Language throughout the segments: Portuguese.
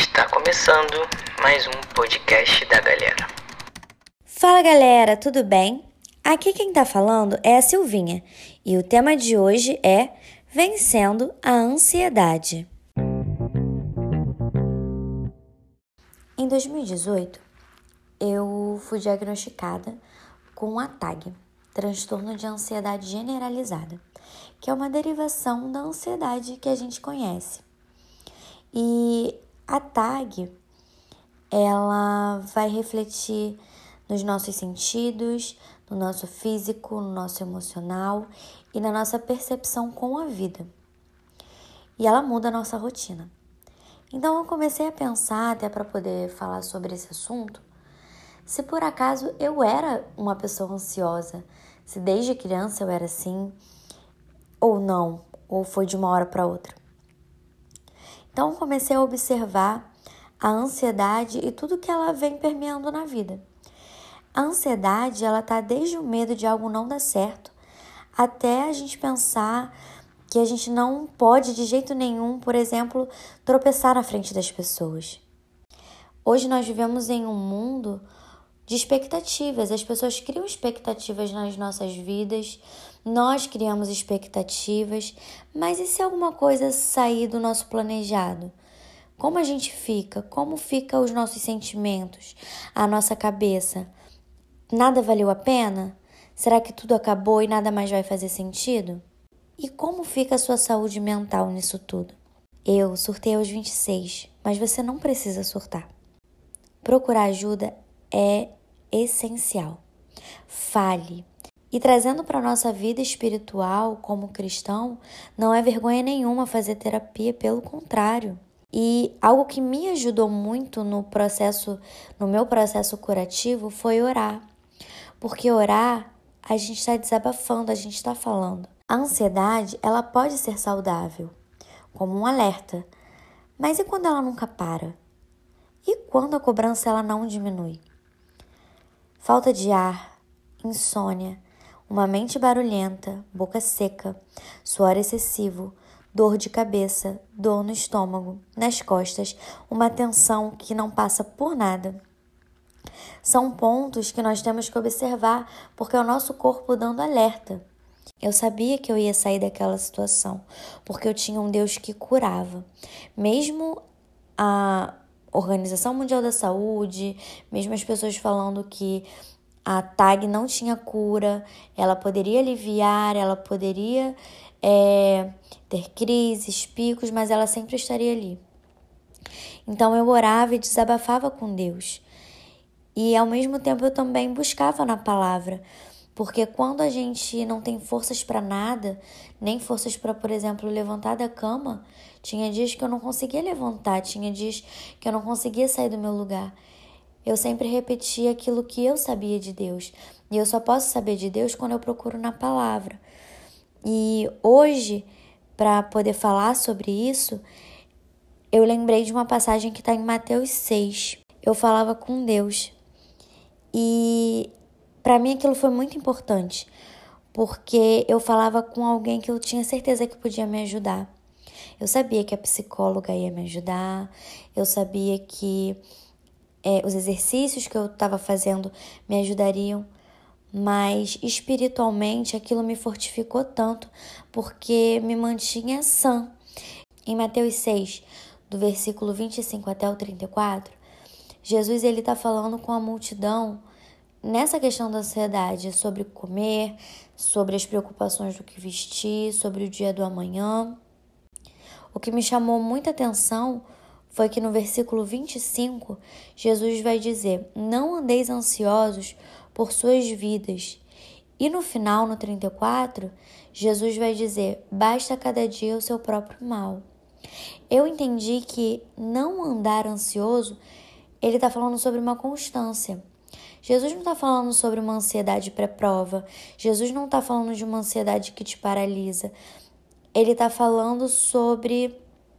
Está começando mais um podcast da galera. Fala galera, tudo bem? Aqui quem tá falando é a Silvinha e o tema de hoje é Vencendo a Ansiedade. Em 2018, eu fui diagnosticada com a TAG, transtorno de ansiedade generalizada, que é uma derivação da ansiedade que a gente conhece. E a TAG, ela vai refletir nos nossos sentidos, no nosso físico, no nosso emocional e na nossa percepção com a vida. E ela muda a nossa rotina. Então eu comecei a pensar, até para poder falar sobre esse assunto, se por acaso eu era uma pessoa ansiosa, se desde criança eu era assim, ou não, ou foi de uma hora para outra. Então eu comecei a observar a ansiedade e tudo que ela vem permeando na vida. A ansiedade, ela tá desde o medo de algo não dar certo, até a gente pensar que a gente não pode de jeito nenhum, por exemplo, tropeçar na frente das pessoas. Hoje nós vivemos em um mundo de expectativas. As pessoas criam expectativas nas nossas vidas, nós criamos expectativas, mas e se alguma coisa sair do nosso planejado? Como a gente fica? Como ficam os nossos sentimentos, a nossa cabeça? Nada valeu a pena? Será que tudo acabou e nada mais vai fazer sentido? E como fica a sua saúde mental nisso tudo? Eu surtei aos 26, mas você não precisa surtar. Procurar ajuda é essencial. Fale. E trazendo para a nossa vida espiritual como cristão, não é vergonha nenhuma fazer terapia, pelo contrário. E algo que me ajudou muito no meu processo curativo foi orar. Porque orar, a gente está desabafando, a gente está falando. A ansiedade, ela pode ser saudável, como um alerta. Mas e quando ela nunca para? E quando a cobrança ela não diminui? Falta de ar, insônia, uma mente barulhenta, boca seca, suor excessivo, dor de cabeça, dor no estômago, nas costas, uma tensão que não passa por nada. São pontos que nós temos que observar, porque é o nosso corpo dando alerta. Eu sabia que eu ia sair daquela situação, porque eu tinha um Deus que curava. Mesmo a Organização Mundial da Saúde, mesmo as pessoas falando que a TAG não tinha cura, ela poderia aliviar, ela poderia ter crises, picos, mas ela sempre estaria ali. Então eu orava e desabafava com Deus. E ao mesmo tempo eu também buscava na palavra, porque quando a gente não tem forças para nada, nem forças para, por exemplo, levantar da cama, tinha dias que eu não conseguia levantar, tinha dias que eu não conseguia sair do meu lugar. Eu sempre repetia aquilo que eu sabia de Deus. E eu só posso saber de Deus quando eu procuro na palavra. E hoje, para poder falar sobre isso, eu lembrei de uma passagem que está em Mateus 6. Eu falava com Deus. E para mim aquilo foi muito importante, porque eu falava com alguém que eu tinha certeza que podia me ajudar. Eu sabia que a psicóloga ia me ajudar, eu sabia que os exercícios que eu estava fazendo me ajudariam, mas espiritualmente aquilo me fortificou tanto, porque me mantinha sã. Em Mateus 6, do versículo 25 até o 34, Jesus está falando com a multidão nessa questão da ansiedade, sobre comer, sobre as preocupações do que vestir, sobre o dia do amanhã. O que me chamou muita atenção foi que no versículo 25, Jesus vai dizer: não andeis ansiosos por suas vidas. E no final, no 34, Jesus vai dizer: basta cada dia o seu próprio mal. Eu entendi que não andar ansioso, ele está falando sobre uma constância. Jesus não está falando sobre uma ansiedade pré-prova. Jesus não está falando de uma ansiedade que te paralisa. Ele está falando sobre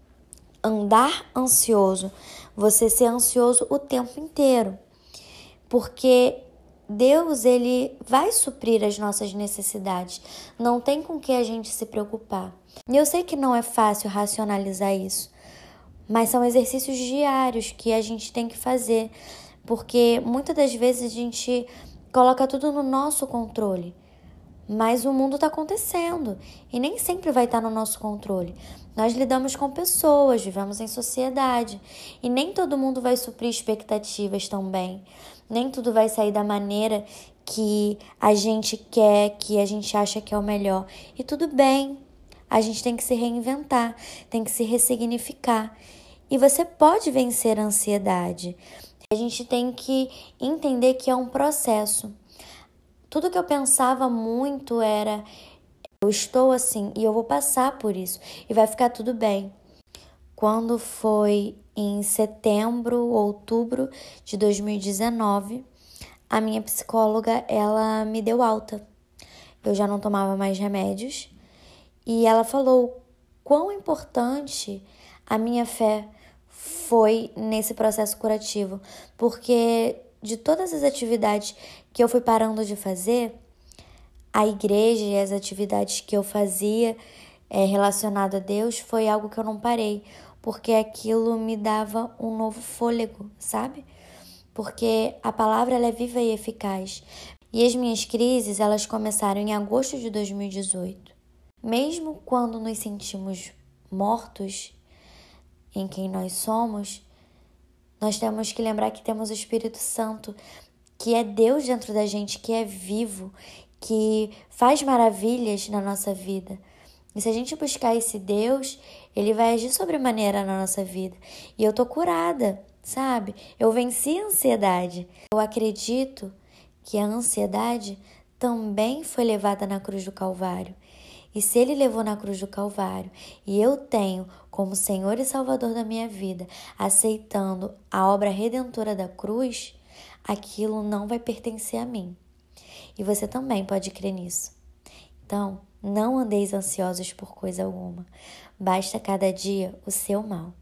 andar ansioso. Você ser ansioso o tempo inteiro. Porque Deus, ele vai suprir as nossas necessidades. Não tem com que a gente se preocupar. E eu sei que não é fácil racionalizar isso. mas são exercícios diários que a gente tem que fazer, porque muitas das vezes a gente coloca tudo no nosso controle. Mas o mundo está acontecendo e nem sempre vai estar no nosso controle. Nós lidamos com pessoas, vivemos em sociedade e nem todo mundo vai suprir expectativas também. Nem tudo vai sair da maneira que a gente quer, que a gente acha que é o melhor. E tudo bem, a gente tem que se reinventar, tem que se ressignificar. E você pode vencer a ansiedade. A gente tem que entender que é um processo. Tudo que eu pensava muito era, eu estou assim e eu vou passar por isso e vai ficar tudo bem. Quando foi em setembro, outubro de 2019, a minha psicóloga, ela me deu alta. Eu já não tomava mais remédios e ela falou quão importante a minha fé foi nesse processo curativo, porque de todas as atividades que eu fui parando de fazer, a igreja e as atividades que eu fazia relacionado a Deus foi algo que eu não parei, porque aquilo me dava um novo fôlego, sabe? Porque a palavra ela é viva e eficaz. E as minhas crises, elas começaram em agosto de 2018. Mesmo quando nos sentimos mortos em quem nós somos, nós temos que lembrar que temos o Espírito Santo, que é Deus dentro da gente, que é vivo, que faz maravilhas na nossa vida. E se a gente buscar esse Deus, ele vai agir sobremaneira na nossa vida. E eu tô curada, sabe? Eu venci a ansiedade. Eu acredito que a ansiedade também foi levada na cruz do Calvário. E se ele levou na cruz do Calvário e eu tenho como Senhor e Salvador da minha vida, aceitando a obra redentora da cruz, aquilo não vai pertencer a mim. E você também pode crer nisso. Então, não andeis ansiosos por coisa alguma. Basta cada dia o seu mal.